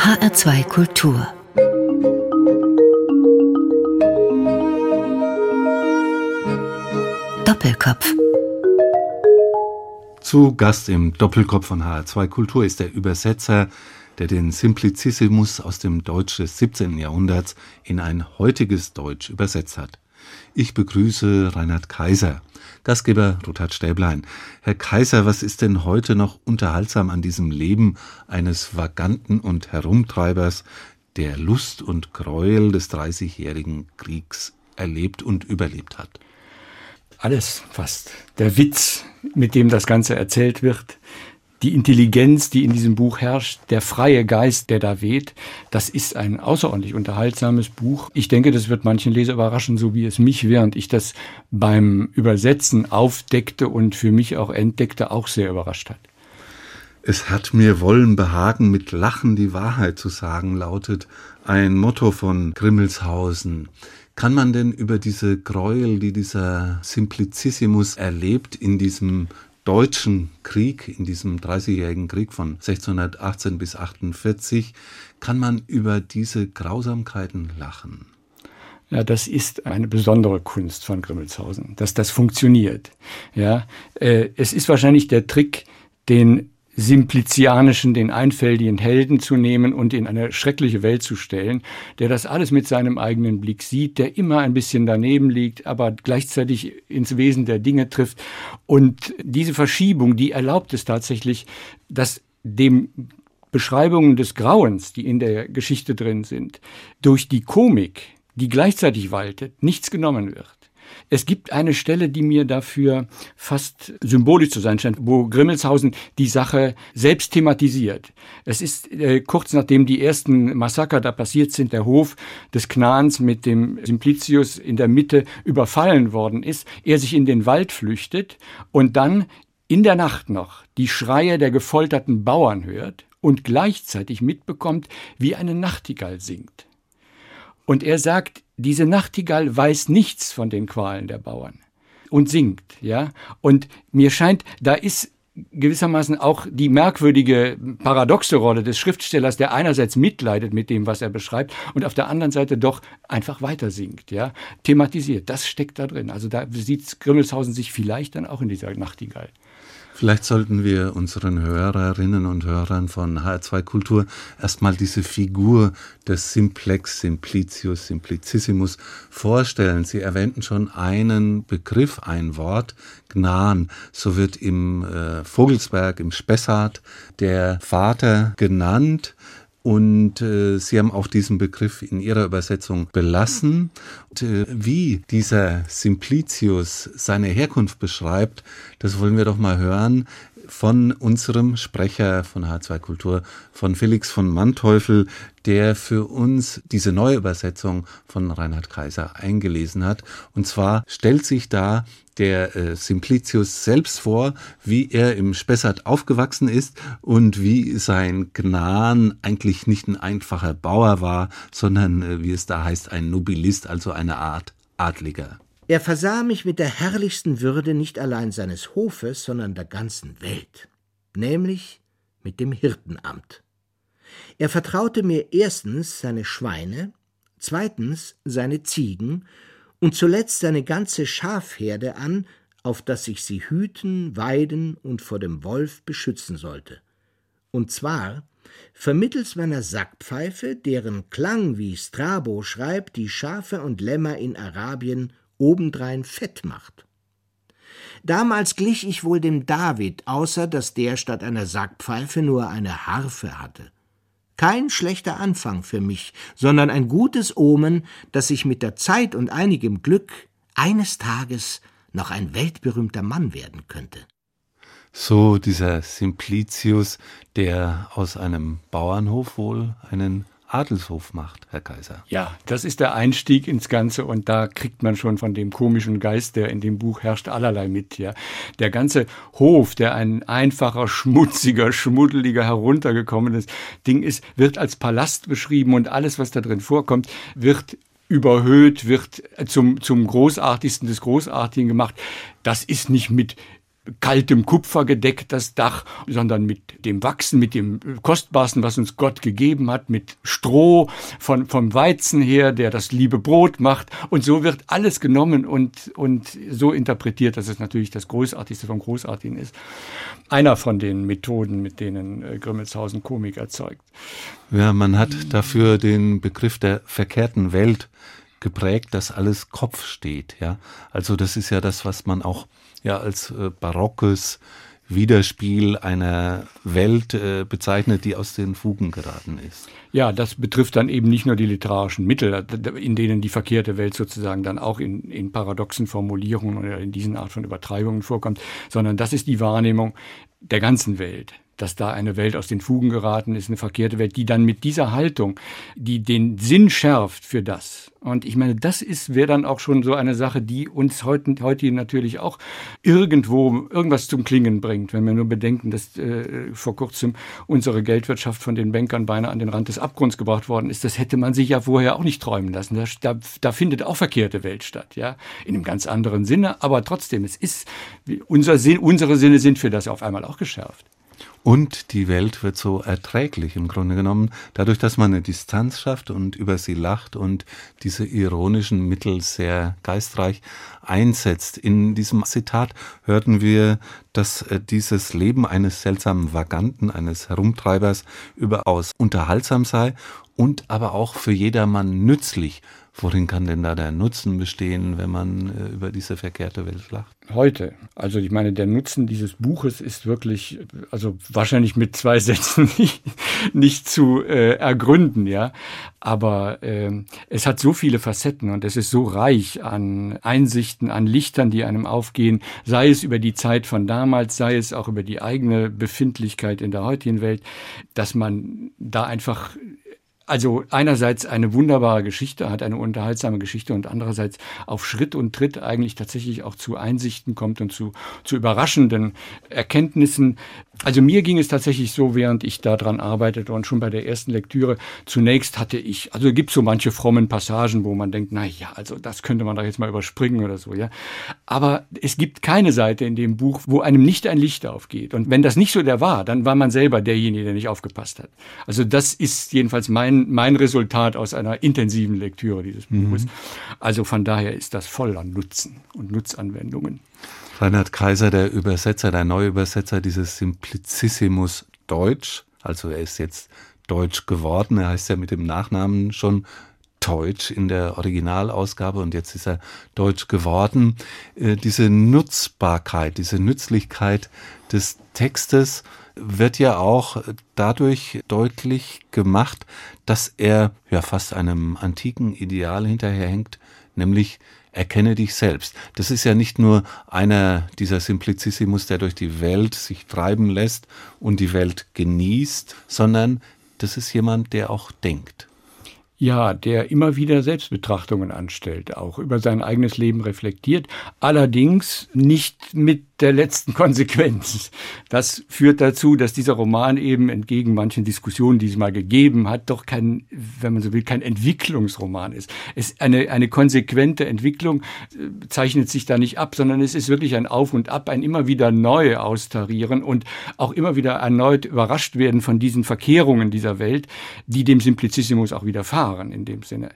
HR2 Kultur. Doppelkopf. Zu Gast im Doppelkopf von HR2 Kultur ist der Übersetzer, der den Simplicissimus aus dem Deutsch des 17. Jahrhunderts in ein heutiges Deutsch übersetzt hat. Ich begrüße Reinhard Kaiser, Gastgeber Ruthard Stäblein. Herr Kaiser, was ist denn heute noch unterhaltsam an diesem Leben eines Vaganten und Herumtreibers, der Lust und Gräuel des 30-jährigen Kriegs erlebt und überlebt hat? Alles fast. Der Witz, mit dem das Ganze erzählt wird, die Intelligenz, die in diesem Buch herrscht, der freie Geist, der da weht, das ist ein außerordentlich unterhaltsames Buch. Ich denke, das wird manchen Leser überraschen, so wie es mich, während ich das beim Übersetzen aufdeckte und für mich auch entdeckte, auch sehr überrascht hat. Es hat mir Wollen behagen, mit Lachen die Wahrheit zu sagen, lautet ein Motto von Grimmelshausen. Kann man denn über diese Gräuel, die dieser Simplicissimus erlebt in diesem deutschen Krieg, in diesem 30-jährigen Krieg von 1618 bis 48, kann man über diese Grausamkeiten lachen? Ja, das ist eine besondere Kunst von Grimmelshausen, dass das funktioniert. Ja, es ist wahrscheinlich der Trick, den simplizianischen, den einfältigen Helden zu nehmen und in eine schreckliche Welt zu stellen, der das alles mit seinem eigenen Blick sieht, der immer ein bisschen daneben liegt, aber gleichzeitig ins Wesen der Dinge trifft. Und diese Verschiebung, die erlaubt es tatsächlich, dass dem Beschreibungen des Grauens, die in der Geschichte drin sind, durch die Komik, die gleichzeitig waltet, nichts genommen wird. Es gibt eine Stelle, die mir dafür fast symbolisch zu sein scheint, wo Grimmelshausen die Sache selbst thematisiert. Es ist kurz nachdem die ersten Massaker da passiert sind, der Hof des Knans mit dem Simplicius in der Mitte überfallen worden ist, er sich in den Wald flüchtet und dann in der Nacht noch die Schreie der gefolterten Bauern hört und gleichzeitig mitbekommt, wie eine Nachtigall singt. Und er sagt, diese Nachtigall weiß nichts von den Qualen der Bauern und singt, ja. Und mir scheint, da ist gewissermaßen auch die merkwürdige, paradoxe Rolle des Schriftstellers, der einerseits mitleidet mit dem, was er beschreibt, und auf der anderen Seite doch einfach weiter singt, ja. Thematisiert, das steckt da drin. Also da sieht Grimmelshausen sich vielleicht dann auch in dieser Nachtigall. Vielleicht sollten wir unseren Hörerinnen und Hörern von HR2 Kultur erstmal diese Figur des Simplex, Simplicius, Simplicissimus vorstellen. Sie erwähnten schon einen Begriff, ein Wort, Gnan. So wird im Vogelsberg, im Spessart, der Vater genannt. Und Sie haben auch diesen Begriff in Ihrer Übersetzung belassen. Und, wie dieser Simplicius seine Herkunft beschreibt, das wollen wir doch mal hören von unserem Sprecher von HR2 Kultur, von Felix von Manteuffel, der für uns diese neue Übersetzung von Reinhard Kaiser eingelesen hat. Und zwar stellt sich da der Simplicius selbst vor, wie er im Spessart aufgewachsen ist und wie sein Gnan eigentlich nicht ein einfacher Bauer war, sondern, wie es da heißt, ein Nobilist, also eine Art Adliger. Er versah mich mit der herrlichsten Würde nicht allein seines Hofes, sondern der ganzen Welt, nämlich mit dem Hirtenamt. Er vertraute mir erstens seine Schweine, zweitens seine Ziegen und zuletzt seine ganze Schafherde an, auf dass ich sie hüten, weiden und vor dem Wolf beschützen sollte. Und zwar vermittels meiner Sackpfeife, deren Klang, wie Strabo schreibt, die Schafe und Lämmer in Arabien obendrein fett macht. Damals glich ich wohl dem David, außer dass der statt einer Sackpfeife nur eine Harfe hatte. Kein schlechter Anfang für mich, sondern ein gutes Omen, dass ich mit der Zeit und einigem Glück eines Tages noch ein weltberühmter Mann werden könnte. So dieser Simplicius, der aus einem Bauernhof wohl einen Adelshof macht, Herr Kaiser. Ja, das ist der Einstieg ins Ganze und da kriegt man schon von dem komischen Geist, der in dem Buch herrscht, allerlei mit. Ja. Der ganze Hof, der ein einfacher, schmutziger, schmuddeliger, heruntergekommenes Ding ist, wird als Palast beschrieben und alles, was da drin vorkommt, wird überhöht, wird zum Großartigsten des Großartigen gemacht. Das ist nicht mit kaltem Kupfer gedeckt, das Dach, sondern mit dem Wachsen, mit dem Kostbarsten, was uns Gott gegeben hat, mit Stroh vom Weizen her, der das liebe Brot macht. Und so wird alles genommen und so interpretiert, dass es natürlich das Großartigste vom Großartigen ist. Einer von den Methoden, mit denen Grimmelshausen Komik erzeugt. Ja, man hat dafür den Begriff der verkehrten Welt geprägt, dass alles Kopf steht. Ja, also das ist ja das, was man auch als barockes Widerspiel einer Welt bezeichnet, die aus den Fugen geraten ist. Ja, das betrifft dann eben nicht nur die literarischen Mittel, in denen die verkehrte Welt sozusagen dann auch in paradoxen Formulierungen oder in diesen Art von Übertreibungen vorkommt, sondern das ist die Wahrnehmung der ganzen Welt. Dass da eine Welt aus den Fugen geraten ist, eine verkehrte Welt, die dann mit dieser Haltung, die den Sinn schärft für das. Und ich meine, das wäre dann auch schon so eine Sache, die uns heute natürlich auch irgendwas zum Klingen bringt, wenn wir nur bedenken, dass vor kurzem unsere Geldwirtschaft von den Bankern beinahe an den Rand des Abgrunds gebracht worden ist. Das hätte man sich ja vorher auch nicht träumen lassen. Da findet auch verkehrte Welt statt, ja, in einem ganz anderen Sinne. Aber trotzdem, es ist unsere Sinne sind für das auf einmal auch geschärft. Und die Welt wird so erträglich im Grunde genommen, dadurch, dass man eine Distanz schafft und über sie lacht und diese ironischen Mittel sehr geistreich einsetzt. In diesem Zitat hörten wir, dass dieses Leben eines seltsamen Vaganten, eines Herumtreibers überaus unterhaltsam sei und aber auch für jedermann nützlich. Worin kann denn da der Nutzen bestehen, wenn man über diese verkehrte Welt lacht? Heute. Also ich meine, der Nutzen dieses Buches ist wirklich, also wahrscheinlich mit 2 Sätzen nicht zu ergründen, ja. Aber es hat so viele Facetten und es ist so reich an Einsichten, an Lichtern, die einem aufgehen, sei es über die Zeit von damals, sei es auch über die eigene Befindlichkeit in der heutigen Welt, dass man da einfach also einerseits eine wunderbare Geschichte hat, eine unterhaltsame Geschichte und andererseits auf Schritt und Tritt eigentlich tatsächlich auch zu Einsichten kommt und zu überraschenden Erkenntnissen. Also mir ging es tatsächlich so, während ich daran arbeitete und schon bei der ersten Lektüre, zunächst also gibt es so manche frommen Passagen, wo man denkt, na ja, also das könnte man doch jetzt mal überspringen oder so, ja. Aber es gibt keine Seite in dem Buch, wo einem nicht ein Licht aufgeht. Und wenn das nicht so war, dann war man selber derjenige, der nicht aufgepasst hat. Also das ist jedenfalls mein Resultat aus einer intensiven Lektüre dieses Buches. Also von daher ist das voller Nutzen und Nutzanwendungen. Reinhard Kaiser, der Übersetzer, der Neuübersetzer dieses Simplicissimus Deutsch, also er ist jetzt Deutsch geworden, er heißt ja mit dem Nachnamen schon Deutsch in der Originalausgabe und jetzt ist er Deutsch geworden. Diese Nutzbarkeit, diese Nützlichkeit des Textes wird ja auch dadurch deutlich gemacht, dass er fast einem antiken Ideal hinterherhängt, nämlich erkenne dich selbst. Das ist ja nicht nur einer dieser Simplicissimus, der durch die Welt sich treiben lässt und die Welt genießt, sondern das ist jemand, der auch denkt. Ja, der immer wieder Selbstbetrachtungen anstellt, auch über sein eigenes Leben reflektiert, allerdings nicht mit der letzten Konsequenz. Das führt dazu, dass dieser Roman eben entgegen manchen Diskussionen, die es mal gegeben hat, doch kein, wenn man so will, kein Entwicklungsroman ist. Eine konsequente Entwicklung zeichnet sich da nicht ab, sondern es ist wirklich ein Auf und Ab, ein immer wieder neu austarieren und auch immer wieder erneut überrascht werden von diesen Verkehrungen dieser Welt, die dem Simplicissimus auch widerfahren in dem Sinne.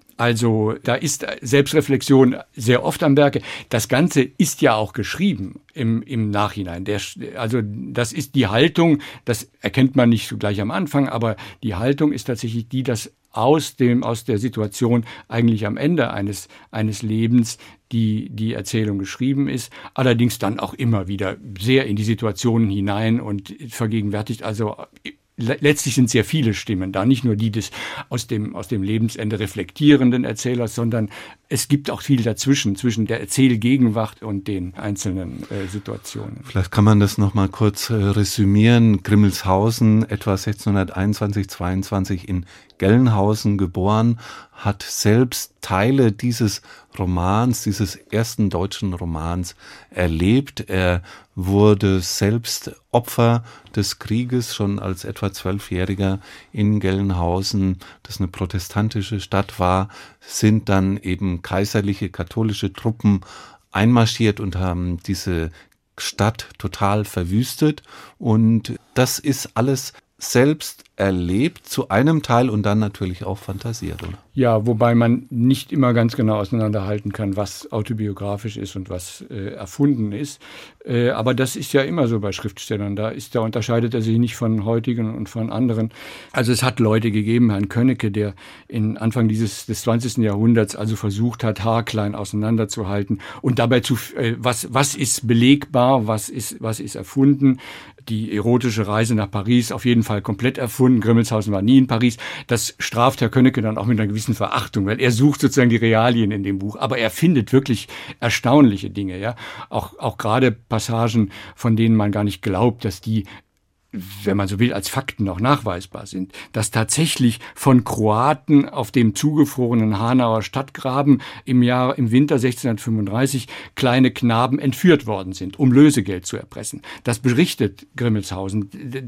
Also da ist Selbstreflexion sehr oft am Werke. Das Ganze ist ja auch geschrieben im Nachhinein. Also das ist die Haltung, das erkennt man nicht so gleich am Anfang, aber die Haltung ist tatsächlich die, dass aus der Situation eigentlich am Ende eines Lebens die Erzählung geschrieben ist, allerdings dann auch immer wieder sehr in die Situationen hinein und vergegenwärtigt, also letztlich sind sehr viele Stimmen da, nicht nur die des aus dem Lebensende reflektierenden Erzählers, sondern es gibt auch viel dazwischen, zwischen der Erzählgegenwart und den einzelnen Situationen. Vielleicht kann man das noch mal kurz resümieren. Grimmelshausen, etwa 1621, 22 in Gelnhausen geboren, hat selbst Teile dieses Romans, dieses ersten deutschen Romans erlebt. Er wurde selbst Opfer des Krieges, schon als etwa 12-Jähriger in Gelnhausen, das eine protestantische Stadt war, sind dann eben kaiserliche, katholische Truppen einmarschiert und haben diese Stadt total verwüstet. Und das ist alles selbst erlebt, zu einem Teil und dann natürlich auch fantasiert, oder? Ja, wobei man nicht immer ganz genau auseinanderhalten kann, was autobiografisch ist und was erfunden ist. Aber das ist ja immer so bei Schriftstellern. Da unterscheidet er sich nicht von heutigen und von anderen. Also es hat Leute gegeben, Herrn Könnecke, der Anfang des 20. Jahrhunderts also versucht hat, haarklein auseinanderzuhalten und dabei was ist belegbar, was ist erfunden. Die erotische Reise nach Paris auf jeden Fall komplett erfunden. Grimmelshausen war nie in Paris. Das straft Herr Könnecke dann auch mit einer gewissen Verachtung, weil er sucht sozusagen die Realien in dem Buch. Aber er findet wirklich erstaunliche Dinge, ja. Auch gerade Passagen, von denen man gar nicht glaubt, dass die, wenn man so will, als Fakten auch nachweisbar sind, dass tatsächlich von Kroaten auf dem zugefrorenen Hanauer Stadtgraben im Winter 1635 kleine Knaben entführt worden sind, um Lösegeld zu erpressen. Das berichtet Grimmelshausen.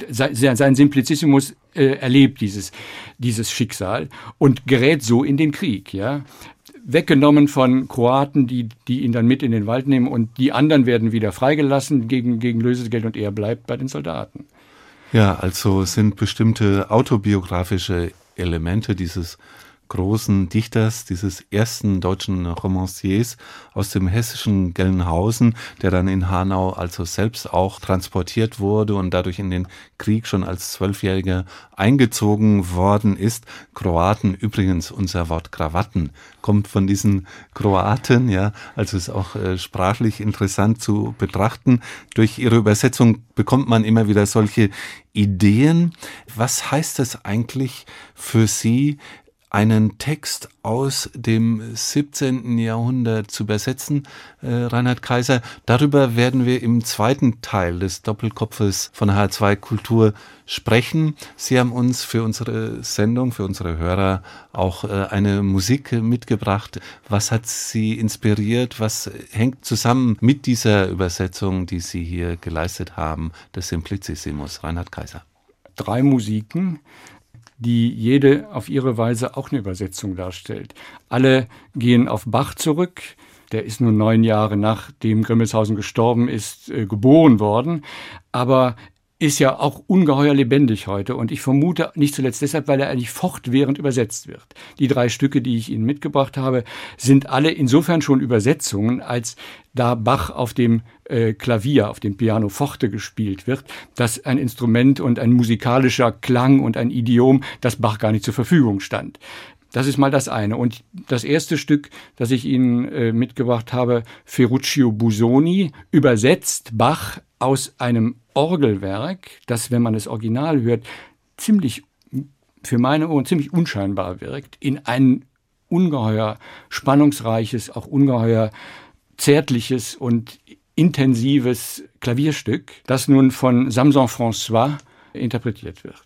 Sein Simplicissimus erlebt dieses Schicksal und gerät so in den Krieg, ja. Weggenommen von Kroaten, die ihn dann mit in den Wald nehmen, und die anderen werden wieder freigelassen gegen Lösegeld und er bleibt bei den Soldaten. Ja, also sind bestimmte autobiografische Elemente dieses großen Dichters, dieses ersten deutschen Romanciers aus dem hessischen Gelnhausen, der dann in Hanau also selbst auch transportiert wurde und dadurch in den Krieg schon als 12-Jähriger eingezogen worden ist. Kroaten, übrigens unser Wort Krawatten, kommt von diesen Kroaten, ja, also ist auch sprachlich interessant zu betrachten. Durch ihre Übersetzung bekommt man immer wieder solche Ideen. Was heißt das eigentlich für Sie, einen Text aus dem 17. Jahrhundert zu übersetzen, Reinhard Kaiser? Darüber werden wir im zweiten Teil des Doppelkopfes von HR2 Kultur sprechen. Sie haben uns für unsere Sendung, für unsere Hörer auch eine Musik mitgebracht. Was hat Sie inspiriert? Was hängt zusammen mit dieser Übersetzung, die Sie hier geleistet haben, des Simplicissimus? Reinhard Kaiser. 3 Musiken, die jede auf ihre Weise auch eine Übersetzung darstellt. Alle gehen auf Bach zurück. Der ist nun 9 Jahre nachdem Grimmelshausen gestorben ist, geboren worden. Aber ist ja auch ungeheuer lebendig heute. Und ich vermute nicht zuletzt deshalb, weil er eigentlich fortwährend übersetzt wird. Die 3 Stücke, die ich Ihnen mitgebracht habe, sind alle insofern schon Übersetzungen, als da Bach auf dem Klavier, auf dem Pianoforte gespielt wird, das ein Instrument und ein musikalischer Klang und ein Idiom, das Bach gar nicht zur Verfügung stand. Das ist mal das eine. Und das erste Stück, das ich Ihnen mitgebracht habe, Ferruccio Busoni, übersetzt Bach aus einem Orgelwerk, das, wenn man das Original hört, für meine Ohren ziemlich unscheinbar wirkt, in ein ungeheuer spannungsreiches, auch ungeheuer zärtliches und intensives Klavierstück, das nun von Samson François interpretiert wird.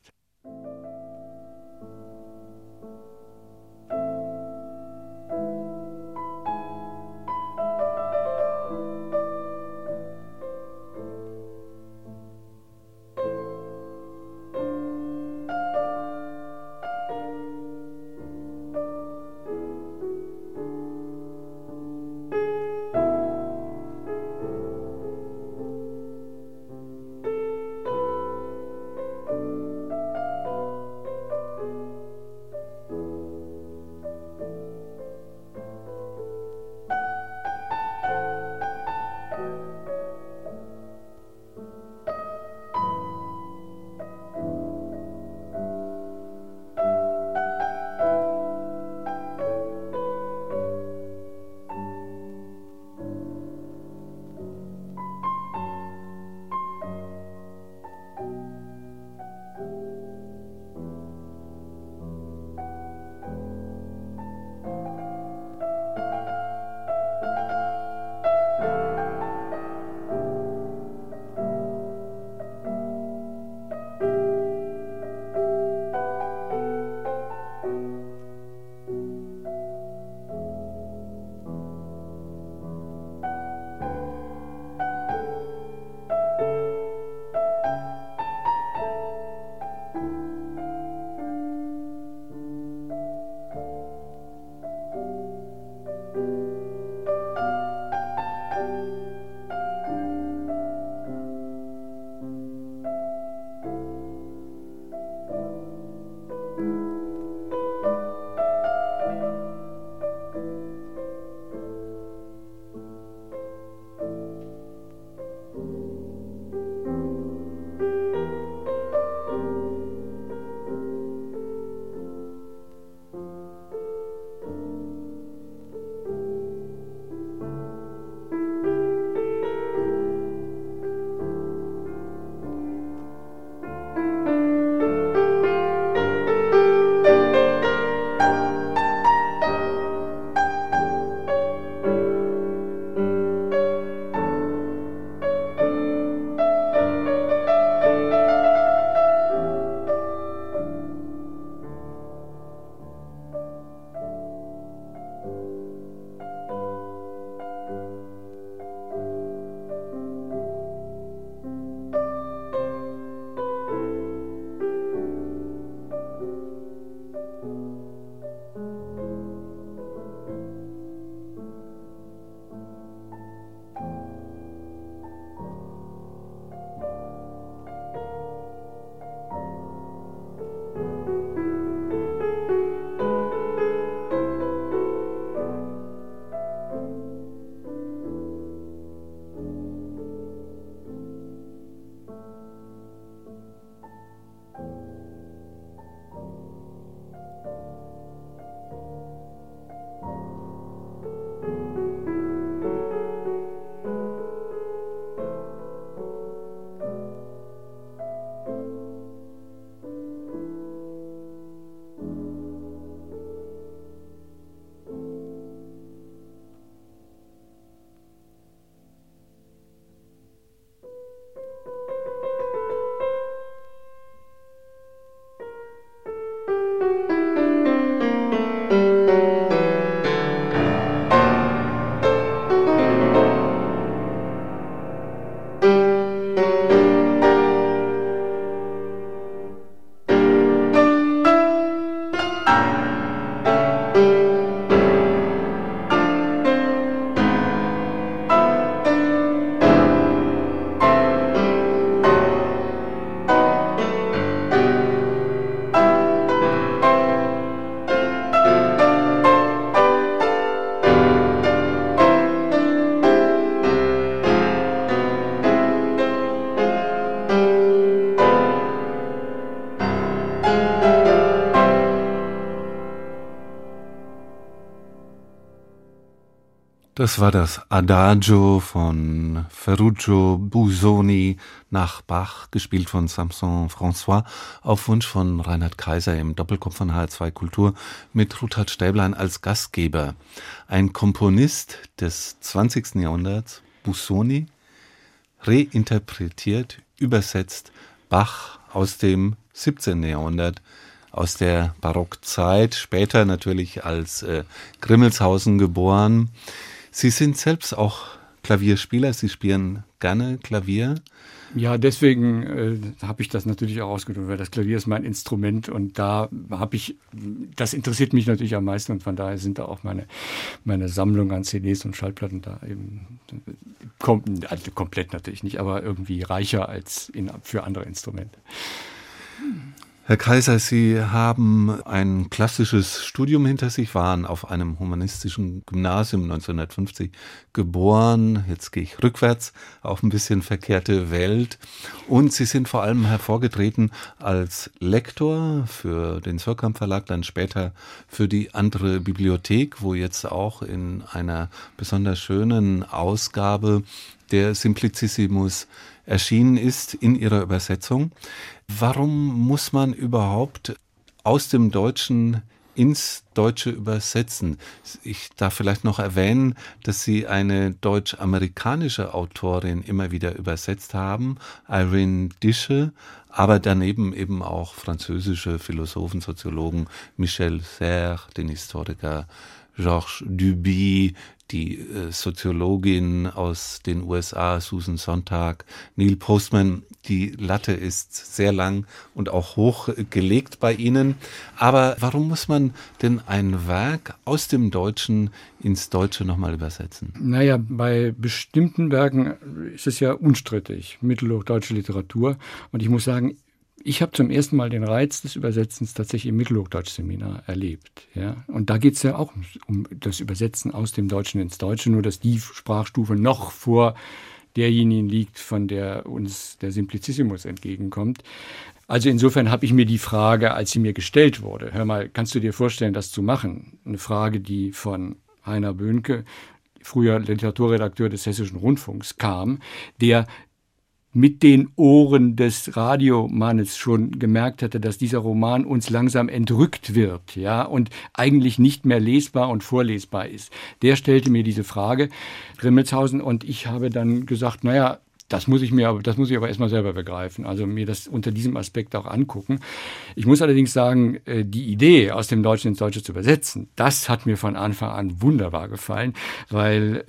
Das war das Adagio von Ferruccio Busoni nach Bach, gespielt von Samson François, auf Wunsch von Reinhard Kaiser im Doppelkopf von HR2 Kultur mit Ruthard Stäblein als Gastgeber. Ein Komponist des 20. Jahrhunderts, Busoni, reinterpretiert, übersetzt Bach aus dem 17. Jahrhundert, aus der Barockzeit, später natürlich als Grimmelshausen geboren. Sie sind selbst auch Klavierspieler, Sie spielen gerne Klavier. Ja, deswegen habe ich das natürlich auch ausgesucht, weil das Klavier ist mein Instrument und da das interessiert mich natürlich am meisten und von daher sind da auch meine Sammlung an CDs und Schallplatten da eben komplett natürlich nicht, aber irgendwie reicher als für andere Instrumente. Herr Kaiser, Sie haben ein klassisches Studium hinter sich, waren auf einem humanistischen Gymnasium 1950 geboren. Jetzt gehe ich rückwärts auf ein bisschen verkehrte Welt. Und Sie sind vor allem hervorgetreten als Lektor für den Surkamp Verlag, dann später für die Andere Bibliothek, wo jetzt auch in einer besonders schönen Ausgabe der Simplicissimus erschienen ist in ihrer Übersetzung. Warum muss man überhaupt aus dem Deutschen ins Deutsche übersetzen? Ich darf vielleicht noch erwähnen, dass Sie eine deutsch-amerikanische Autorin immer wieder übersetzt haben, Irene Dische, aber daneben eben auch französische Philosophen, Soziologen, Michel Serres, den Historiker Georges Duby, die Soziologin aus den USA, Susan Sontag, Neil Postman. Die Latte ist sehr lang und auch hoch gelegt bei Ihnen. Aber warum muss man denn ein Werk aus dem Deutschen ins Deutsche nochmal übersetzen? Naja, bei bestimmten Werken ist es ja unstrittig, mittelhochdeutsche Literatur. Und ich muss sagen, ich habe zum ersten Mal den Reiz des Übersetzens tatsächlich im Mittelhochdeutsch-Seminar erlebt. Ja? Und da geht es ja auch um das Übersetzen aus dem Deutschen ins Deutsche, nur dass die Sprachstufe noch vor derjenigen liegt, von der uns der Simplicissimus entgegenkommt. Also insofern habe ich mir die Frage, als sie mir gestellt wurde, hör mal, kannst du dir vorstellen, das zu machen? Eine Frage, die von Heiner Böhnke, früher Literaturredakteur des Hessischen Rundfunks, kam, der mit den Ohren des Radiomannes schon gemerkt hatte, dass dieser Roman uns langsam entrückt wird, ja, und eigentlich nicht mehr lesbar und vorlesbar ist. Der stellte mir diese Frage, Grimmelshausen, und ich habe dann gesagt, naja, das muss ich aber erstmal selber begreifen, also mir das unter diesem Aspekt auch angucken. Ich muss allerdings sagen, die Idee, aus dem Deutschen ins Deutsche zu übersetzen, das hat mir von Anfang an wunderbar gefallen, weil,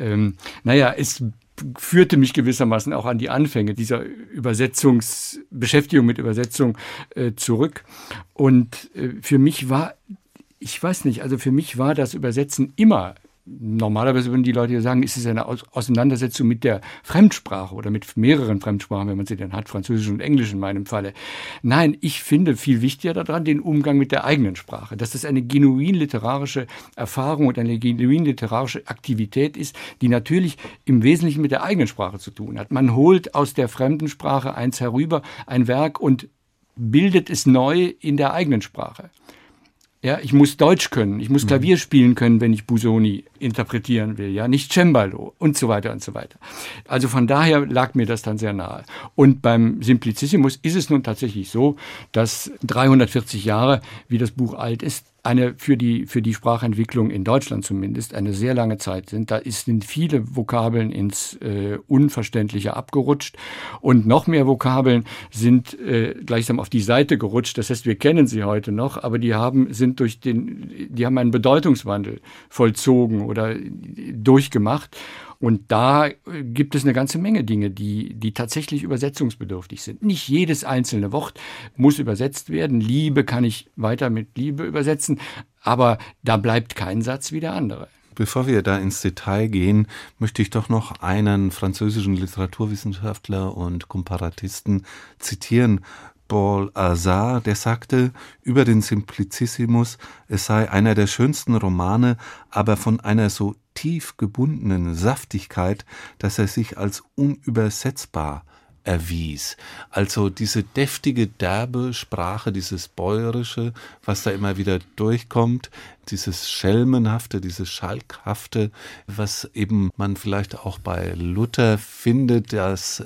es führte mich gewissermaßen auch an die Anfänge dieser Beschäftigung mit Übersetzung zurück. Und für mich war das Übersetzen immer Normalerweise würden die Leute sagen, ist es eine Auseinandersetzung mit der Fremdsprache oder mit mehreren Fremdsprachen, wenn man sie denn hat, Französisch und Englisch in meinem Falle. Nein, ich finde viel wichtiger daran den Umgang mit der eigenen Sprache, dass das eine genuin literarische Erfahrung und eine genuin literarische Aktivität ist, die natürlich im Wesentlichen mit der eigenen Sprache zu tun hat. Man holt aus der fremden Sprache eins herüber, ein Werk, und bildet es neu in der eigenen Sprache. Ja, ich muss Deutsch können, ich muss Klavier spielen können, wenn ich Busoni interpretieren will, ja, nicht Cembalo und so weiter und so weiter. Also von daher lag mir das dann sehr nahe. Und beim Simplicissimus ist es nun tatsächlich so, dass 340 Jahre, wie das Buch alt ist, eine für die Sprachentwicklung in Deutschland zumindest eine sehr lange Zeit sind. Da sind viele Vokabeln ins Unverständliche abgerutscht und noch mehr Vokabeln sind gleichsam auf die Seite gerutscht. Das heißt, wir kennen sie heute noch, aber die haben einen Bedeutungswandel vollzogen oder durchgemacht. Und da gibt es eine ganze Menge Dinge, die tatsächlich übersetzungsbedürftig sind. Nicht jedes einzelne Wort muss übersetzt werden. Liebe kann ich weiter mit Liebe übersetzen, aber da bleibt kein Satz wie der andere. Bevor wir da ins Detail gehen, möchte ich doch noch einen französischen Literaturwissenschaftler und Komparatisten zitieren. Paul Azar, der sagte über den Simplicissimus, es sei einer der schönsten Romane, aber von einer so tief gebundenen Saftigkeit, dass er sich als unübersetzbar erwies. Also diese deftige, derbe Sprache, dieses Bäuerische, was da immer wieder durchkommt, dieses Schelmenhafte, dieses Schalkhafte, was eben man vielleicht auch bei Luther findet, dass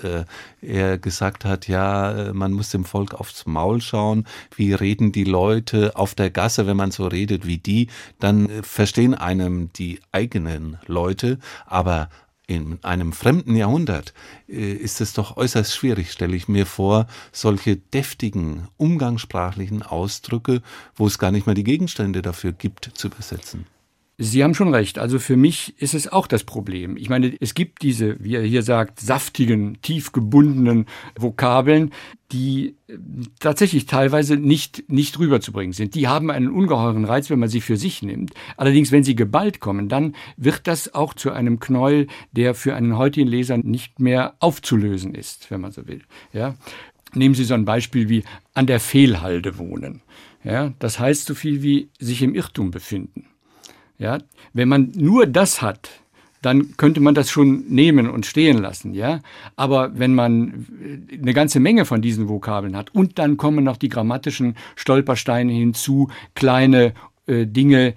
er gesagt hat, ja, man muss dem Volk aufs Maul schauen, wie reden die Leute auf der Gasse, wenn man so redet wie die, dann verstehen einem die eigenen Leute, aber in einem fremden Jahrhundert ist es doch äußerst schwierig, stelle ich mir vor, solche deftigen, umgangssprachlichen Ausdrücke, wo es gar nicht mehr die Gegenstände dafür gibt, zu übersetzen. Sie haben schon recht. Also für mich ist es auch das Problem. Ich meine, es gibt diese, wie er hier sagt, saftigen, tief gebundenen Vokabeln, die tatsächlich teilweise nicht rüberzubringen sind. Die haben einen ungeheuren Reiz, wenn man sie für sich nimmt. Allerdings, wenn sie geballt kommen, dann wird das auch zu einem Knäuel, der für einen heutigen Leser nicht mehr aufzulösen ist, wenn man so will. Ja? Nehmen Sie so ein Beispiel wie an der Fehlhalde wohnen. Ja? Das heißt so viel wie sich im Irrtum befinden. Ja, wenn man nur das hat, dann könnte man das schon nehmen und stehen lassen, ja. Aber wenn man eine ganze Menge von diesen Vokabeln hat und dann kommen noch die grammatischen Stolpersteine hinzu, kleine Dinge,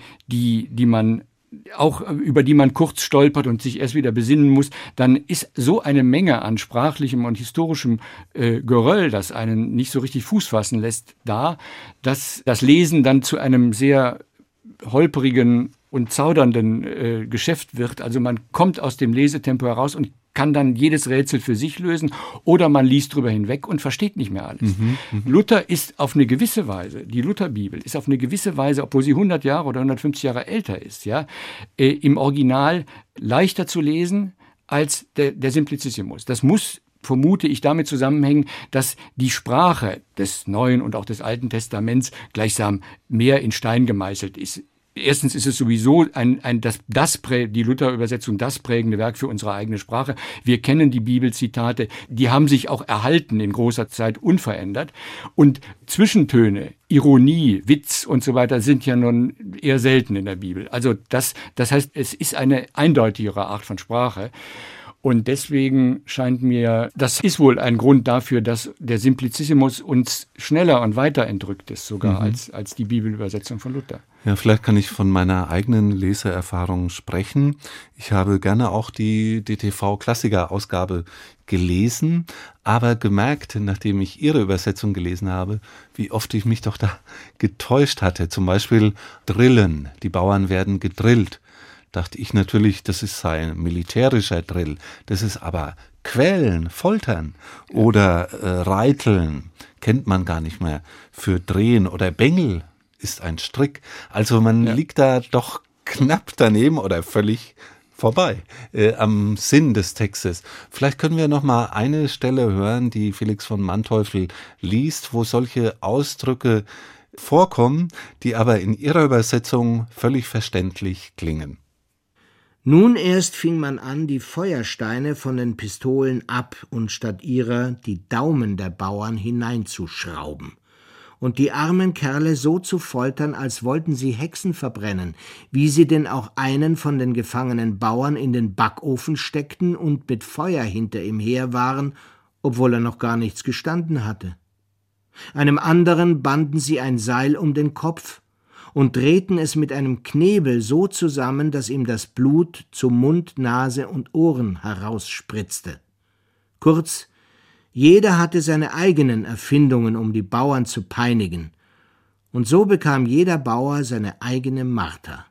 über die man kurz stolpert und sich erst wieder besinnen muss, dann ist so eine Menge an sprachlichem und historischem Geröll, das einen nicht so richtig Fuß fassen lässt, da, dass das Lesen dann zu einem sehr holprigen und zaudernden Geschäft wird. Also man kommt aus dem Lesetempo heraus und kann dann jedes Rätsel für sich lösen oder man liest drüber hinweg und versteht nicht mehr alles. Luther ist auf eine gewisse Weise, die Lutherbibel ist auf eine gewisse Weise, obwohl sie 100 Jahre oder 150 Jahre älter ist, ja, im Original leichter zu lesen als der Simplicissimus. Das muss, vermute ich, damit zusammenhängen, dass die Sprache des Neuen und auch des Alten Testaments gleichsam mehr in Stein gemeißelt ist. Erstens ist es sowieso die Luther-Übersetzung das prägende Werk für unsere eigene Sprache. Wir kennen die Bibelzitate, die haben sich auch erhalten in großer Zeit unverändert. Und Zwischentöne, Ironie, Witz und so weiter sind ja nun eher selten in der Bibel. Also das heißt, es ist eine eindeutigere Art von Sprache. Und deswegen scheint mir, das ist wohl ein Grund dafür, dass der Simplicissimus uns schneller und weiter entrückt ist, sogar als die Bibelübersetzung von Luther. Ja, vielleicht kann ich von meiner eigenen Leseerfahrung sprechen. Ich habe gerne auch die DTV-Klassiker-Ausgabe gelesen, aber gemerkt, nachdem ich Ihre Übersetzung gelesen habe, wie oft ich mich doch da getäuscht hatte. Zum Beispiel Drillen, die Bauern werden gedrillt. Dachte ich natürlich, das ist ein militärischer Drill. Das ist aber Quälen, Foltern oder Reiteln, kennt man gar nicht mehr. Für Drehen oder Bengel ist ein Strick. Also man liegt da doch knapp daneben oder völlig vorbei am Sinn des Textes. Vielleicht können wir noch mal eine Stelle hören, die Felix von Manteuffel liest, wo solche Ausdrücke vorkommen, die aber in ihrer Übersetzung völlig verständlich klingen. Nun erst fing man an, die Feuersteine von den Pistolen ab und statt ihrer die Daumen der Bauern hineinzuschrauben und die armen Kerle so zu foltern, als wollten sie Hexen verbrennen, wie sie denn auch einen von den gefangenen Bauern in den Backofen steckten und mit Feuer hinter ihm her waren, obwohl er noch gar nichts gestanden hatte. Einem anderen banden sie ein Seil um den Kopf und drehten es mit einem Knebel so zusammen, dass ihm das Blut zu Mund, Nase und Ohren herausspritzte. Kurz, jeder hatte seine eigenen Erfindungen, um die Bauern zu peinigen, und so bekam jeder Bauer seine eigene Marter.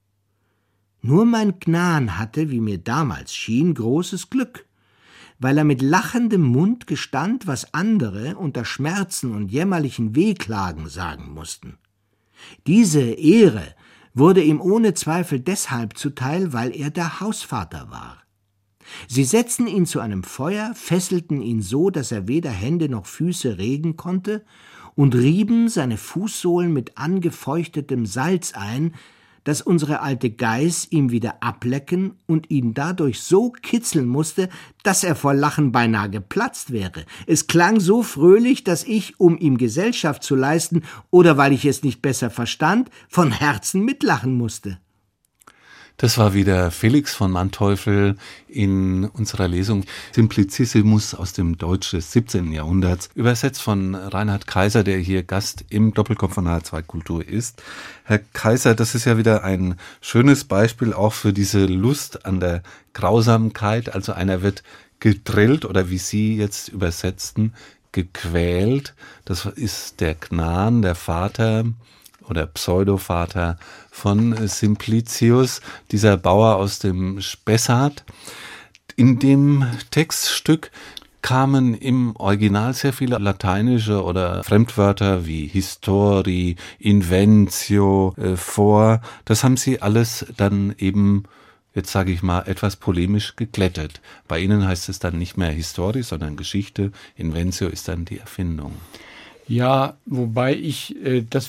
Nur mein Gnan hatte, wie mir damals schien, großes Glück, weil er mit lachendem Mund gestand, was andere unter Schmerzen und jämmerlichen Wehklagen sagen mussten. Diese Ehre wurde ihm ohne Zweifel deshalb zuteil, weil er der Hausvater war. Sie setzten ihn zu einem Feuer, fesselten ihn so, dass er weder Hände noch Füße regen konnte, und rieben seine Fußsohlen mit angefeuchtetem Salz ein, dass unsere alte Geiß ihm wieder ablecken und ihn dadurch so kitzeln musste, dass er vor Lachen beinahe geplatzt wäre. Es klang so fröhlich, dass ich, um ihm Gesellschaft zu leisten oder weil ich es nicht besser verstand, von Herzen mitlachen musste. Das war wieder Felix von Manteuffel in unserer Lesung Simplicissimus aus dem Deutsch des 17. Jahrhunderts, übersetzt von Reinhard Kaiser, der hier Gast im Doppelkopf von H2 Kultur ist. Herr Kaiser, das ist ja wieder ein schönes Beispiel auch für diese Lust an der Grausamkeit. Also einer wird gedrillt oder wie Sie jetzt übersetzten, gequält. Das ist der Gnan, der Vater oder Pseudovater von Simplicius, dieser Bauer aus dem Spessart. In dem Textstück kamen im Original sehr viele lateinische oder Fremdwörter wie Histori, Inventio vor. Das haben Sie alles dann eben, jetzt sage ich mal, etwas polemisch geglättet. Bei Ihnen heißt es dann nicht mehr Histori, sondern Geschichte. Inventio ist dann die Erfindung. Ja, wobei das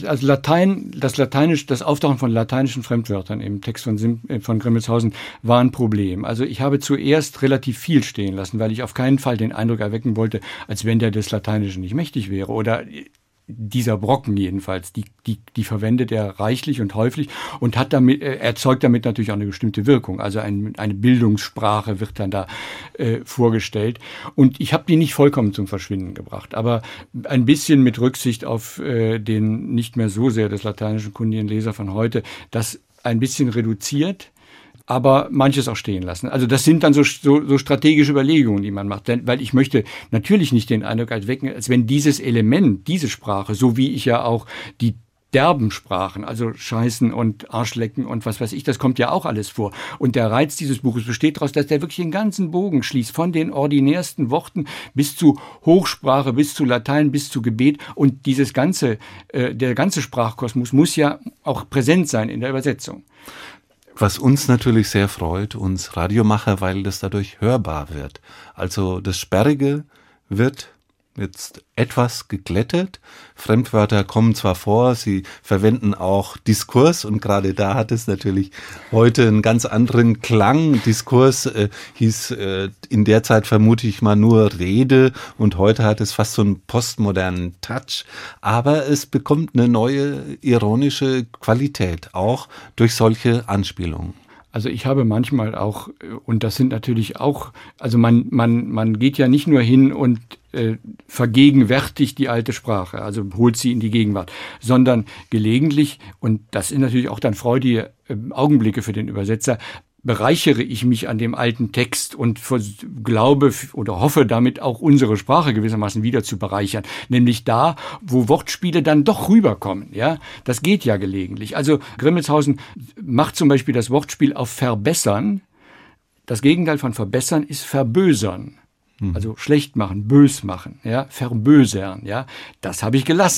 Auftauchen von lateinischen Fremdwörtern im Text von Grimmelshausen war ein Problem. Also ich habe zuerst relativ viel stehen lassen, weil ich auf keinen Fall den Eindruck erwecken wollte, als wenn der des Lateinischen nicht mächtig wäre oder dieser Brocken jedenfalls, die verwendet er reichlich und häufig und erzeugt damit natürlich auch eine bestimmte Wirkung. Also eine Bildungssprache wird dann da vorgestellt. Und ich habe die nicht vollkommen zum Verschwinden gebracht, aber ein bisschen mit Rücksicht auf den nicht mehr so sehr des Lateinischen kundigen Leser von heute, das ein bisschen reduziert, aber manches auch stehen lassen. Also das sind dann so strategische Überlegungen, die man macht. Weil ich möchte natürlich nicht den Eindruck erwecken, als wenn dieses Element, diese Sprache, so wie ich ja auch die derben Sprachen, also Scheißen und Arschlecken und was weiß ich, das kommt ja auch alles vor. Und der Reiz dieses Buches besteht daraus, dass der wirklich den ganzen Bogen schließt, von den ordinärsten Worten bis zu Hochsprache, bis zu Latein, bis zu Gebet. Und der ganze Sprachkosmos muss ja auch präsent sein in der Übersetzung. Was uns natürlich sehr freut, uns Radiomacher, weil das dadurch hörbar wird. Also das Sperrige wird jetzt etwas geglättet. Fremdwörter kommen zwar vor, sie verwenden auch Diskurs und gerade da hat es natürlich heute einen ganz anderen Klang. Diskurs hieß in der Zeit vermute ich mal nur Rede und heute hat es fast so einen postmodernen Touch. Aber es bekommt eine neue ironische Qualität, auch durch solche Anspielungen. Also ich habe manchmal auch, und das sind natürlich auch, also man geht ja nicht nur hin und vergegenwärtigt die alte Sprache, also holt sie in die Gegenwart, sondern gelegentlich, und das sind natürlich auch dann freudige Augenblicke für den Übersetzer, bereichere ich mich an dem alten Text und glaube oder hoffe damit auch unsere Sprache gewissermaßen wieder zu bereichern. Nämlich da, wo Wortspiele dann doch rüberkommen. Ja, das geht ja gelegentlich. Also Grimmelshausen macht zum Beispiel das Wortspiel auf verbessern. Das Gegenteil von verbessern ist verbösern. Also schlecht machen, bös machen, ja, verbösern, ja. Das habe ich gelassen.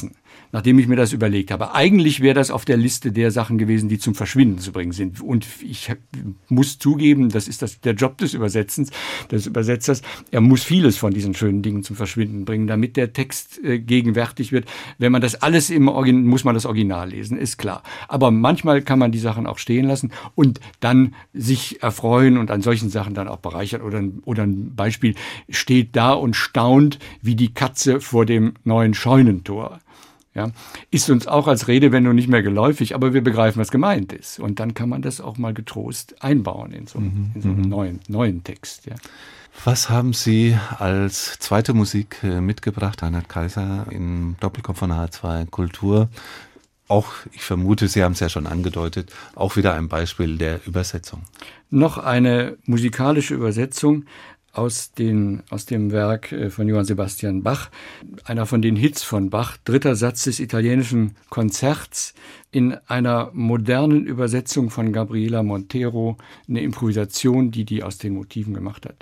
nachdem ich mir das überlegt habe. Eigentlich wäre das auf der Liste der Sachen gewesen, die zum Verschwinden zu bringen sind. Und ich muss zugeben, das ist der Job des Übersetzers. Er muss vieles von diesen schönen Dingen zum Verschwinden bringen, damit der Text gegenwärtig wird. Wenn man das alles muss man das Original lesen, ist klar. Aber manchmal kann man die Sachen auch stehen lassen und dann sich erfreuen und an solchen Sachen dann auch bereichern. Oder ein Beispiel, steht da und staunt wie die Katze vor dem neuen Scheunentor. Ja, ist uns auch als Redewendung nicht mehr geläufig, aber wir begreifen, was gemeint ist. Und dann kann man das auch mal getrost einbauen in so einen neuen Text. Ja. Was haben Sie als zweite Musik mitgebracht, Reinhard Kaiser, im Doppelkopf von H2 Kultur? Auch, ich vermute, Sie haben es ja schon angedeutet, auch wieder ein Beispiel der Übersetzung. Noch eine musikalische Übersetzung aus dem Werk von Johann Sebastian Bach, einer von den Hits von Bach, 3. Satz des italienischen Konzerts, in einer modernen Übersetzung von Gabriela Montero, eine Improvisation, die aus den Motiven gemacht hat.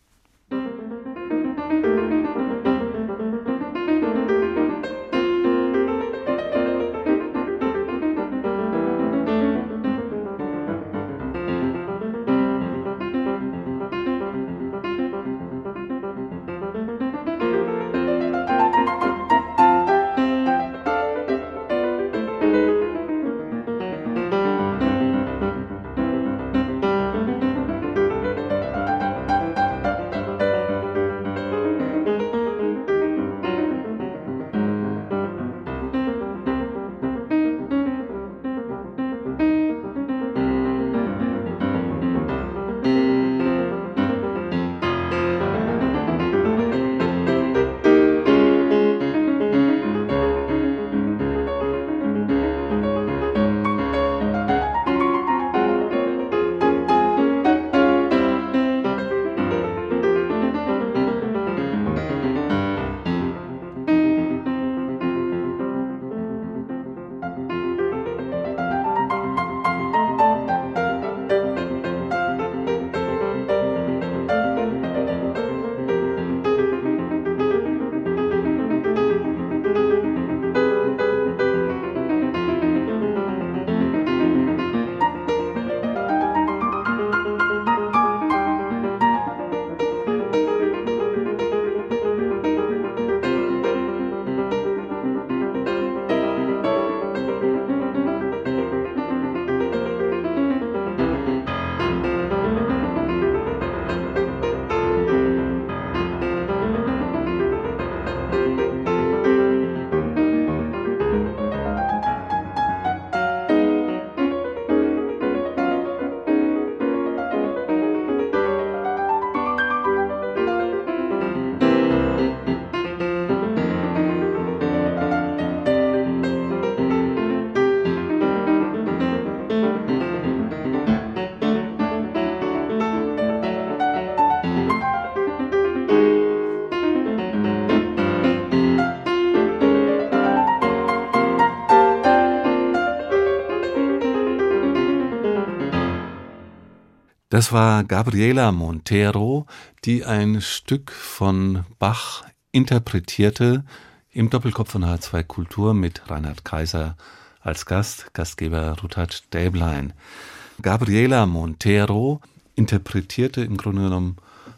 Das war Gabriela Montero, die ein Stück von Bach interpretierte im Doppelkopf von H2 Kultur mit Reinhard Kaiser als Gastgeber Ruthard Stäblein. Gabriela Montero interpretierte im Grunde genommen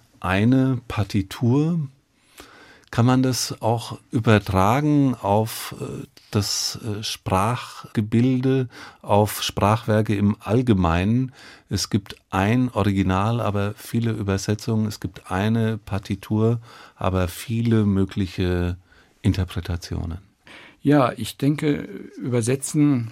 eine Partitur. Kann man das auch übertragen auf das Sprachgebilde, auf Sprachwerke im Allgemeinen? Es gibt ein Original, aber viele Übersetzungen. Es gibt eine Partitur, aber viele mögliche Interpretationen. Ja, ich denke, Übersetzen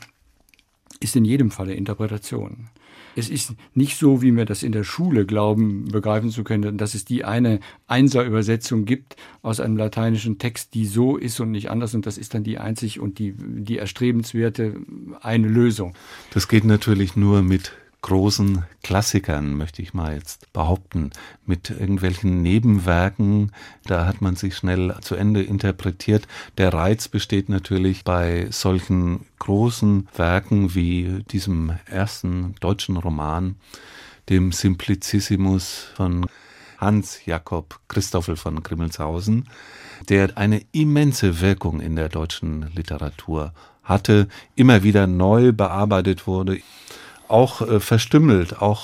ist in jedem Falle Interpretation. Es ist nicht so, wie wir das in der Schule glauben, begreifen zu können, dass es die eine Einser-Übersetzung gibt aus einem lateinischen Text, die so ist und nicht anders, und das ist dann die einzig und die erstrebenswerte eine Lösung. Das geht natürlich nur mit großen Klassikern, möchte ich mal jetzt behaupten. Mit irgendwelchen Nebenwerken, da hat man sich schnell zu Ende interpretiert. Der Reiz besteht natürlich bei solchen großen Werken wie diesem ersten deutschen Roman, dem Simplicissimus von Hans Jakob Christoffel von Grimmelshausen, der eine immense Wirkung in der deutschen Literatur hatte, immer wieder neu bearbeitet wurde, auch verstümmelt, auch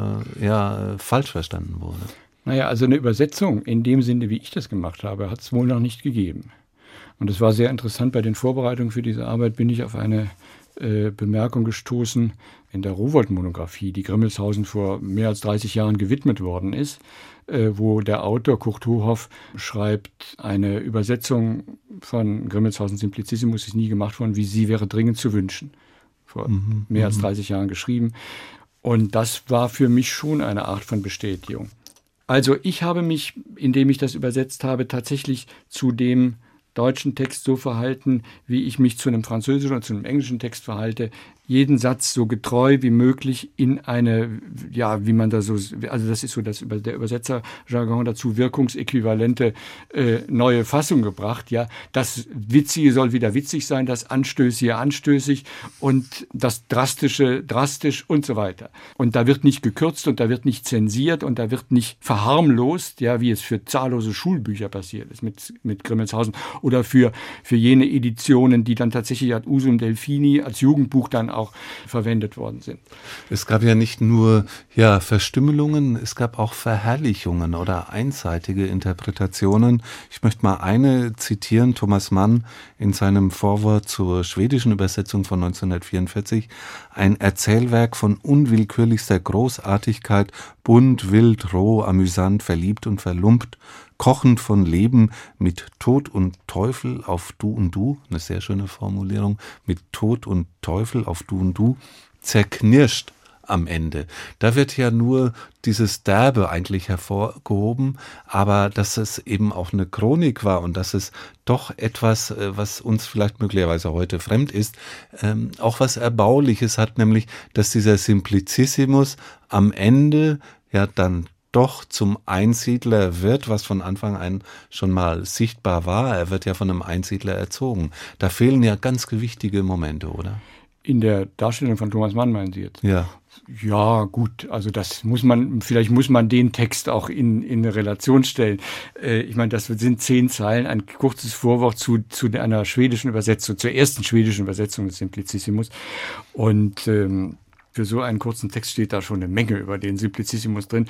falsch verstanden wurde. Naja, also eine Übersetzung in dem Sinne, wie ich das gemacht habe, hat es wohl noch nicht gegeben. Und es war sehr interessant, bei den Vorbereitungen für diese Arbeit bin ich auf eine Bemerkung gestoßen in der Rowohlt-Monographie, die Grimmelshausen vor mehr als 30 Jahren gewidmet worden ist, wo der Autor Kurt Hohoff schreibt, eine Übersetzung von Grimmelshausen Simplicissimus ist nie gemacht worden, wie sie wäre dringend zu wünschen. Vor mehr als 30 Jahren geschrieben. Und das war für mich schon eine Art von Bestätigung. Also ich habe mich, indem ich das übersetzt habe, tatsächlich zu dem deutschen Text so verhalten, wie ich mich zu einem französischen oder zu einem englischen Text verhalte. Jeden Satz so getreu wie möglich in eine, ja, wie man da so, also das ist so der Übersetzerjargon dazu, wirkungsäquivalente neue Fassung gebracht. Ja, das Witzige soll wieder witzig sein, das Anstößige anstößig und das Drastische drastisch und so weiter. Und da wird nicht gekürzt und da wird nicht zensiert und da wird nicht verharmlost, ja, wie es für zahllose Schulbücher passiert ist mit Grimmelshausen oder für jene Editionen, die dann tatsächlich ad usum Delphini als Jugendbuch dann auch verwendet worden sind. Es gab ja nicht nur Verstümmelungen, es gab auch Verherrlichungen oder einseitige Interpretationen. Ich möchte mal eine zitieren, Thomas Mann in seinem Vorwort zur schwedischen Übersetzung von 1944. Ein Erzählwerk von unwillkürlichster Großartigkeit, bunt, wild, roh, amüsant, verliebt und verlumpt, kochend von Leben mit Tod und Teufel auf Du und Du, eine sehr schöne Formulierung, mit Tod und Teufel auf Du und Du, zerknirscht am Ende. Da wird ja nur dieses Derbe eigentlich hervorgehoben, aber dass es eben auch eine Chronik war und dass es doch etwas, was uns vielleicht möglicherweise heute fremd ist, auch was Erbauliches hat, nämlich, dass dieser Simplicissimus am Ende ja dann doch zum Einsiedler wird, was von Anfang an schon mal sichtbar war. Er wird ja von einem Einsiedler erzogen. Da fehlen ja ganz gewichtige Momente, oder? In der Darstellung von Thomas Mann meinen Sie jetzt? Ja. Ja, gut, also vielleicht muss man den Text auch in eine Relation stellen. Ich meine, das sind 10 Zeilen, ein kurzes Vorwort zu einer schwedischen Übersetzung, zur ersten schwedischen Übersetzung des Simplicissimus. Und für so einen kurzen Text steht da schon eine Menge über den Simplicissimus drin.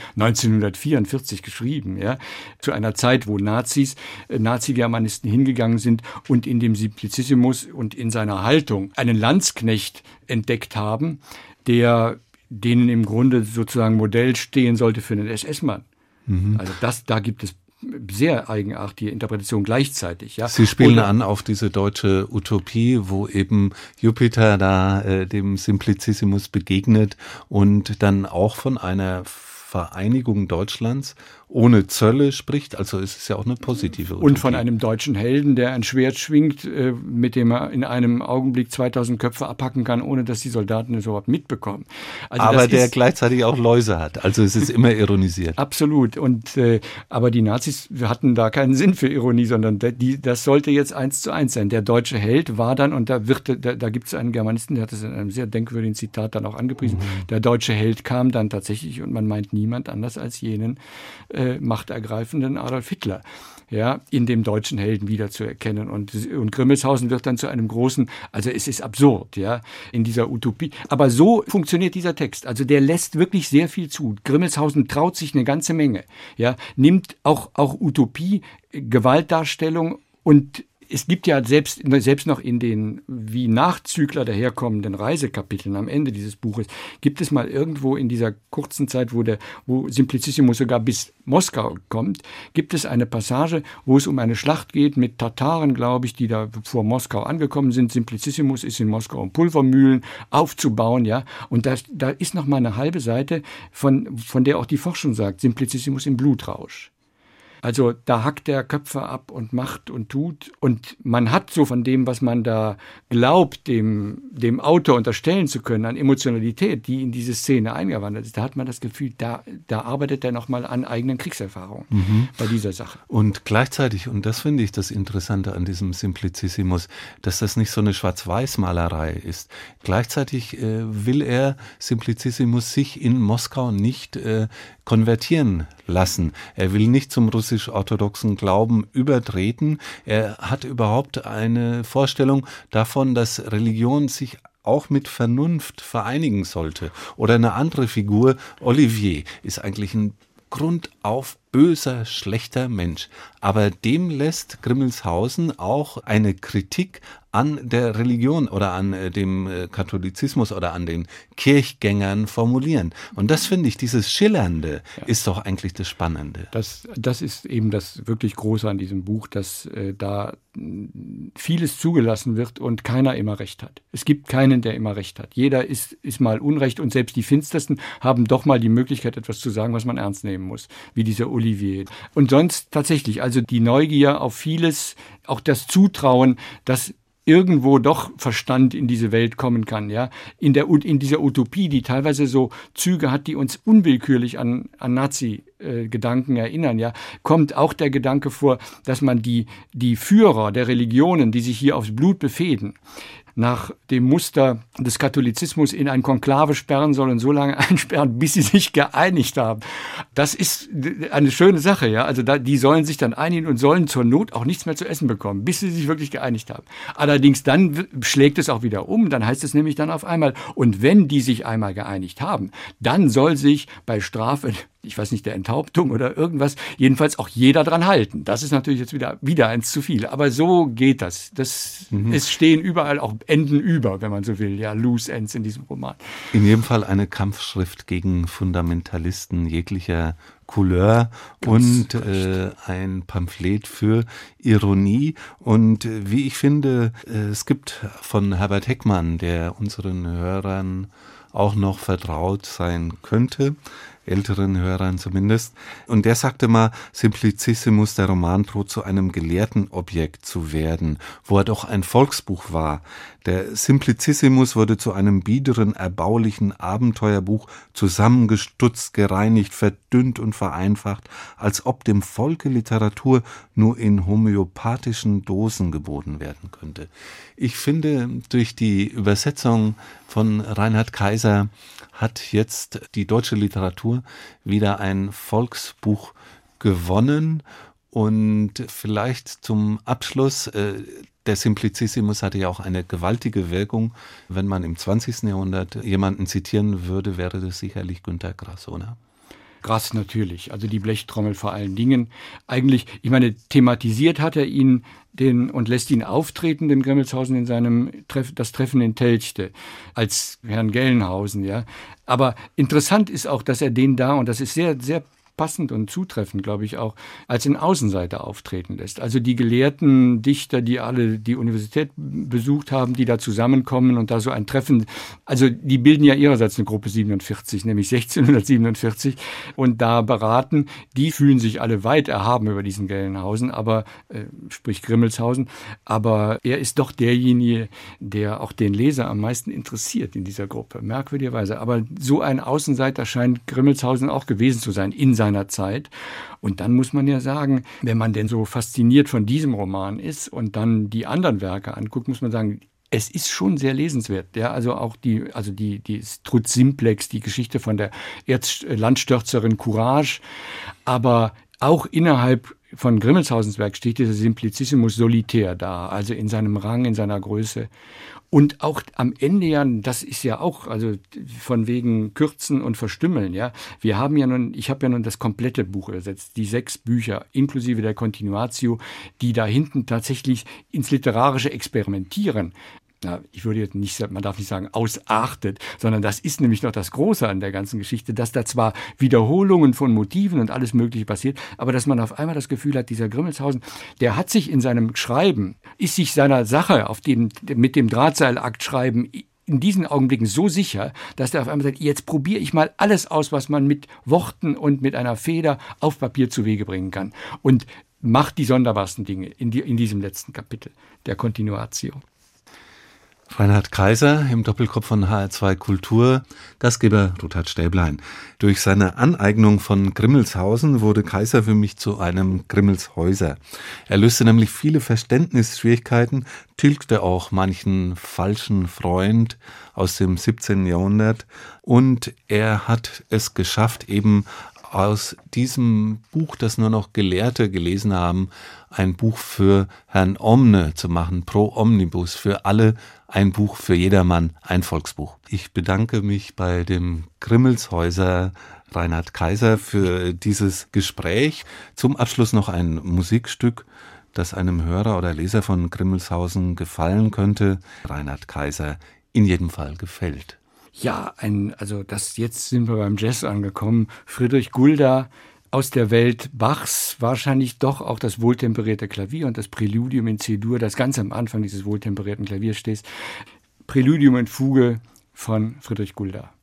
1944 geschrieben, ja, zu einer Zeit, wo Nazi-Germanisten hingegangen sind und in dem Simplicissimus und in seiner Haltung einen Landsknecht entdeckt haben, der denen im Grunde sozusagen Modell stehen sollte für einen SS-Mann. Also da gibt es sehr eigenartige Interpretation gleichzeitig. Ja. Sie spielen an auf diese deutsche Utopie, wo eben Jupiter da dem Simplicissimus begegnet und dann auch von einer Vereinigung Deutschlands ohne Zölle spricht, also es ist ja auch eine positive Utopie. Und von einem deutschen Helden, der ein Schwert schwingt, mit dem er in einem Augenblick 2000 Köpfe abhacken kann, ohne dass die Soldaten es überhaupt mitbekommen. Also aber der gleichzeitig auch Läuse hat, also es ist immer ironisiert. Absolut, und aber die Nazis hatten da keinen Sinn für Ironie, sondern das sollte jetzt 1:1 sein. Der deutsche Held war dann, und da gibt es einen Germanisten, der hat das in einem sehr denkwürdigen Zitat dann auch angepriesen, der deutsche Held kam dann tatsächlich, und man meint niemand anders als jenen machtergreifenden Adolf Hitler, ja, in dem deutschen Helden wiederzuerkennen. Und Grimmelshausen wird dann zu einem großen, also es ist absurd, ja, in dieser Utopie. Aber so funktioniert dieser Text. Also der lässt wirklich sehr viel zu. Grimmelshausen traut sich eine ganze Menge, ja, nimmt auch Utopie, Gewaltdarstellung, und es gibt ja selbst noch in den wie Nachzügler daherkommenden Reisekapiteln am Ende dieses Buches, gibt es mal irgendwo in dieser kurzen Zeit, wo Simplicissimus sogar bis Moskau kommt, gibt es eine Passage, wo es um eine Schlacht geht mit Tataren, glaube ich, die da vor Moskau angekommen sind. Simplicissimus ist in Moskau, um Pulvermühlen aufzubauen, ja. Und da ist noch mal eine halbe Seite, von der auch die Forschung sagt, Simplicissimus im Blutrausch. Also da hackt der Köpfe ab und macht und tut. Und man hat so von dem, was man da glaubt, dem Autor unterstellen zu können, an Emotionalität, die in diese Szene eingewandert ist, da hat man das Gefühl, da arbeitet er nochmal an eigenen Kriegserfahrungen bei dieser Sache. Und gleichzeitig, und das finde ich das Interessante an diesem Simplicissimus, dass das nicht so eine Schwarz-Weiß-Malerei ist. Gleichzeitig will er, Simplicissimus, sich in Moskau nicht konvertieren lassen. Er will nicht zum russisch-orthodoxen Glauben übertreten. Er hat überhaupt eine Vorstellung davon, dass Religion sich auch mit Vernunft vereinigen sollte. Oder eine andere Figur, Olivier, ist eigentlich ein grundauf böser, schlechter Mensch. Aber dem lässt Grimmelshausen auch eine Kritik an der Religion oder an dem Katholizismus oder an den Kirchgängern formulieren. Und das finde ich, dieses Schillernde ist doch eigentlich das Spannende. Das ist eben das wirklich Große an diesem Buch, dass da vieles zugelassen wird und keiner immer recht hat. Es gibt keinen, der immer recht hat. Jeder ist mal Unrecht und selbst die Finstersten haben doch mal die Möglichkeit, etwas zu sagen, was man ernst nehmen muss, wie dieser Olivier. Und sonst tatsächlich, also die Neugier auf vieles, auch das Zutrauen, dass irgendwo doch Verstand in diese Welt kommen kann, ja, in dieser Utopie, die teilweise so Züge hat, die uns unwillkürlich an Nazi-Gedanken erinnern, ja, kommt auch der Gedanke vor, dass man die Führer der Religionen, die sich hier aufs Blut befehden, nach dem Muster des Katholizismus in ein Konklave sperren soll und so lange einsperren, bis sie sich geeinigt haben. Das ist eine schöne Sache, ja. Also die sollen sich dann einigen und sollen zur Not auch nichts mehr zu essen bekommen, bis sie sich wirklich geeinigt haben. Allerdings dann schlägt es auch wieder um, dann heißt es nämlich dann auf einmal, und wenn die sich einmal geeinigt haben, dann soll sich bei Strafe, ich weiß nicht, der Enthauptung oder irgendwas, jedenfalls auch jeder dran halten. Das ist natürlich jetzt wieder eins zu viel. Aber so geht das. Es stehen überall auch Enden über, wenn man so will. Ja, Loose Ends in diesem Roman. In jedem Fall eine Kampfschrift gegen Fundamentalisten jeglicher Couleur und ein Pamphlet für Ironie. Und wie ich finde, es gibt von Herbert Heckmann, der unseren Hörern auch noch vertraut sein könnte, älteren Hörern zumindest. Und der sagte mal, Simplicissimus, der Roman droht zu einem gelehrten Objekt zu werden, wo er doch ein Volksbuch war. Der Simplicissimus wurde zu einem biederen, erbaulichen Abenteuerbuch, zusammengestutzt, gereinigt, verdünnt und vereinfacht, als ob dem Volke Literatur nur in homöopathischen Dosen geboten werden könnte. Ich finde, durch die Übersetzung von Reinhard Kaiser hat jetzt die deutsche Literatur wieder ein Volksbuch gewonnen. Und vielleicht zum Abschluss, der Simplicissimus hatte ja auch eine gewaltige Wirkung. Wenn man im 20. Jahrhundert jemanden zitieren würde, wäre das sicherlich Günter Grass, oder? Grass natürlich, also die Blechtrommel vor allen Dingen. Eigentlich, ich meine, thematisiert hat er ihn und lässt ihn auftreten, den Grimmelshausen, in seinem das Treffen in Telchte, als Herrn Gelnhausen, ja. Aber interessant ist auch, dass er den da, und das ist sehr, sehr passend und zutreffend, glaube ich auch, als einen Außenseiter auftreten lässt. Also die gelehrten Dichter, die alle die Universität besucht haben, die da zusammenkommen und da so ein Treffen, also die bilden ja ihrerseits eine Gruppe 47, nämlich 1647, und da beraten, die fühlen sich alle weit erhaben über diesen Gelnhausen, aber, sprich Grimmelshausen, aber er ist doch derjenige, der auch den Leser am meisten interessiert in dieser Gruppe, merkwürdigerweise. Aber so ein Außenseiter scheint Grimmelshausen auch gewesen zu sein in seiner Zeit. Und dann muss man ja sagen, wenn man denn so fasziniert von diesem Roman ist und dann die anderen Werke anguckt, muss man sagen, es ist schon sehr lesenswert. Ja, also auch die Strutz Simplex, die Geschichte von der Landstürzerin Courage, aber auch innerhalb von Grimmelshausens Werk steht dieser Simplicissimus solitär da, also in seinem Rang, in seiner Größe. Und auch am Ende ja, das ist ja auch, also von wegen Kürzen und Verstümmeln, ja. Ich habe ja nun das komplette Buch übersetzt, die 6 Bücher, inklusive der Continuatio, die da hinten tatsächlich ins literarische Experimentieren, ich würde jetzt nicht, man darf nicht sagen ausartet, sondern das ist nämlich noch das Große an der ganzen Geschichte, dass da zwar Wiederholungen von Motiven und alles Mögliche passiert, aber dass man auf einmal das Gefühl hat, dieser Grimmelshausen, der hat sich in seinem Schreiben, ist sich seiner Sache mit dem Drahtseilakt schreiben in diesen Augenblicken so sicher, dass der auf einmal sagt, jetzt probiere ich mal alles aus, was man mit Worten und mit einer Feder auf Papier zu Wege bringen kann, und macht die sonderbarsten Dinge in diesem letzten Kapitel der Continuatio. Reinhard Kaiser im Doppelkopf von HR2 Kultur, Gastgeber Ruthard Stäblein. Durch seine Aneignung von Grimmelshausen wurde Kaiser für mich zu einem Grimmelshäuser. Er löste nämlich viele Verständnisschwierigkeiten, tilgte auch manchen falschen Freund aus dem 17. Jahrhundert, und er hat es geschafft, eben aus diesem Buch, das nur noch Gelehrte gelesen haben, ein Buch für Herrn Omne zu machen, pro omnibus, für alle, ein Buch für jedermann, ein Volksbuch. Ich bedanke mich bei dem Grimmelshäuser Reinhard Kaiser für dieses Gespräch. Zum Abschluss noch ein Musikstück, das einem Hörer oder Leser von Grimmelshausen gefallen könnte. Reinhard Kaiser in jedem Fall gefällt. Ja, jetzt sind wir beim Jazz angekommen. Friedrich Gulda, aus der Welt Bachs, wahrscheinlich doch auch das wohltemperierte Klavier und das Präludium in C-Dur, das ganz am Anfang dieses wohltemperierten Klavierstehs. Präludium und Fuge von Friedrich Gulda.